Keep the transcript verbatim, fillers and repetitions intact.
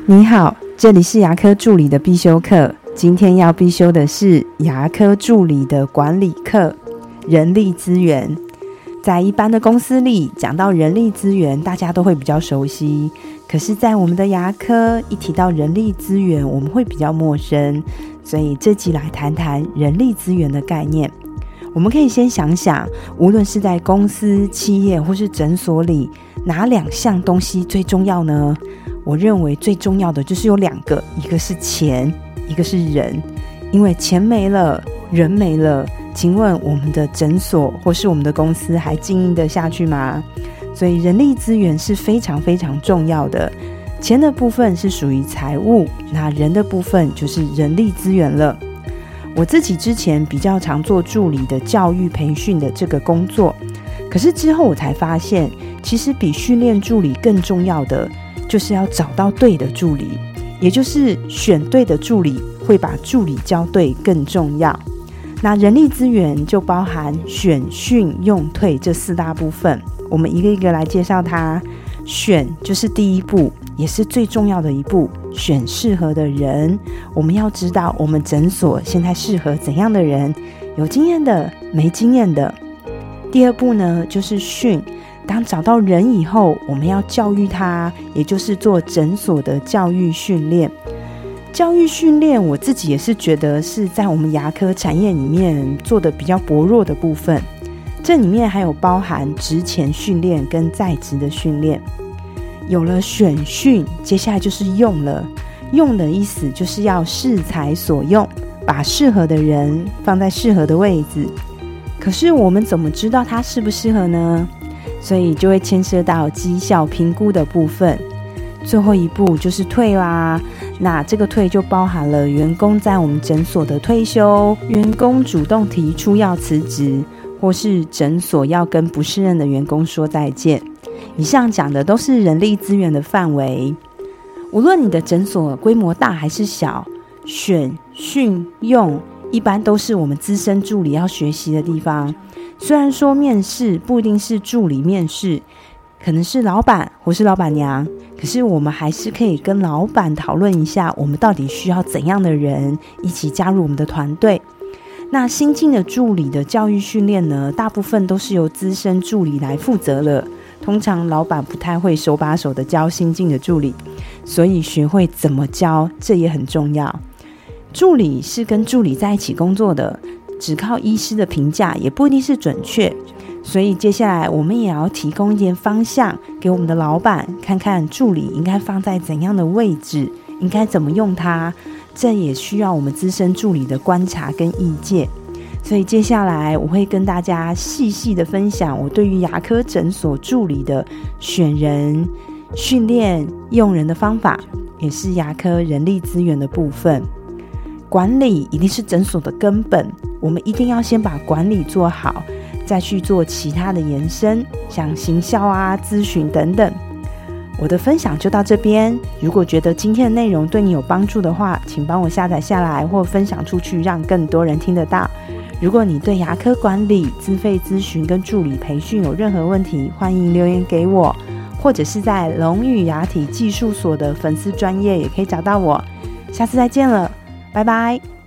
你好，这里是牙科助理的必修课。今天要必修的是牙科助理的管理课，人力资源。在一般的公司里，讲到人力资源，大家都会比较熟悉。可是在我们的牙科，一提到人力资源，我们会比较陌生。所以这集来谈谈人力资源的概念。我们可以先想想，无论是在公司、企业或是诊所里，哪两项东西最重要呢？我认为最重要的就是有两个，一个是钱，一个是人。因为钱没了，人没了，请问我们的诊所或是我们的公司还经营得下去吗？所以人力资源是非常非常重要的。钱的部分是属于财务，那人的部分就是人力资源了。我自己之前比较常做助理的教育培训的这个工作，可是之后我才发现，其实比训练助理更重要的就是要找到对的助理，也就是选对的助理会把助理教对更重要。那人力资源就包含选、训、用、退这四大部分，我们一个一个来介绍它。选就是第一步，也是最重要的一步，选适合的人。我们要知道我们诊所现在适合怎样的人，有经验的，没经验的。第二步呢，就是训。当找到人以后，我们要教育他，也就是做诊所的教育训练。教育训练我自己也是觉得是在我们牙科产业里面做的比较薄弱的部分，这里面还有包含职前训练跟在职的训练。有了选训，接下来就是用了。用的意思就是要适才所用，把适合的人放在适合的位置。可是我们怎么知道他适不适合呢？所以就会牵涉到绩效评估的部分。最后一步就是退啦，那这个退就包含了员工在我们诊所的退休，员工主动提出要辞职，或是诊所要跟不适任的员工说再见。以上讲的都是人力资源的范围。无论你的诊所规模大还是小，选、训、用一般都是我们资深助理要学习的地方。虽然说面试不一定是助理面试，可能是老板或是老板娘，可是我们还是可以跟老板讨论一下，我们到底需要怎样的人一起加入我们的团队。那新进的助理的教育训练呢，大部分都是由资深助理来负责了。通常老板不太会手把手的教新进的助理，所以学会怎么教，这也很重要。助理是跟助理在一起工作的，只靠医师的评价也不一定是准确，所以接下来我们也要提供一点方向给我们的老板，看看助理应该放在怎样的位置，应该怎么用它，这也需要我们资深助理的观察跟意见。所以接下来我会跟大家细细的分享我对于牙科诊所助理的选人、训练、用人的方法，也是牙科人力资源的部分。管理一定是诊所的根本，我们一定要先把管理做好，再去做其他的延伸，像行销啊、咨询等等。我的分享就到这边，如果觉得今天的内容对你有帮助的话，请帮我下载下来或分享出去，让更多人听得到。如果你对牙科管理、自费咨询跟助理培训有任何问题，欢迎留言给我，或者是在龙语牙体技术所的粉丝专页也可以找到我。下次再见了，拜拜。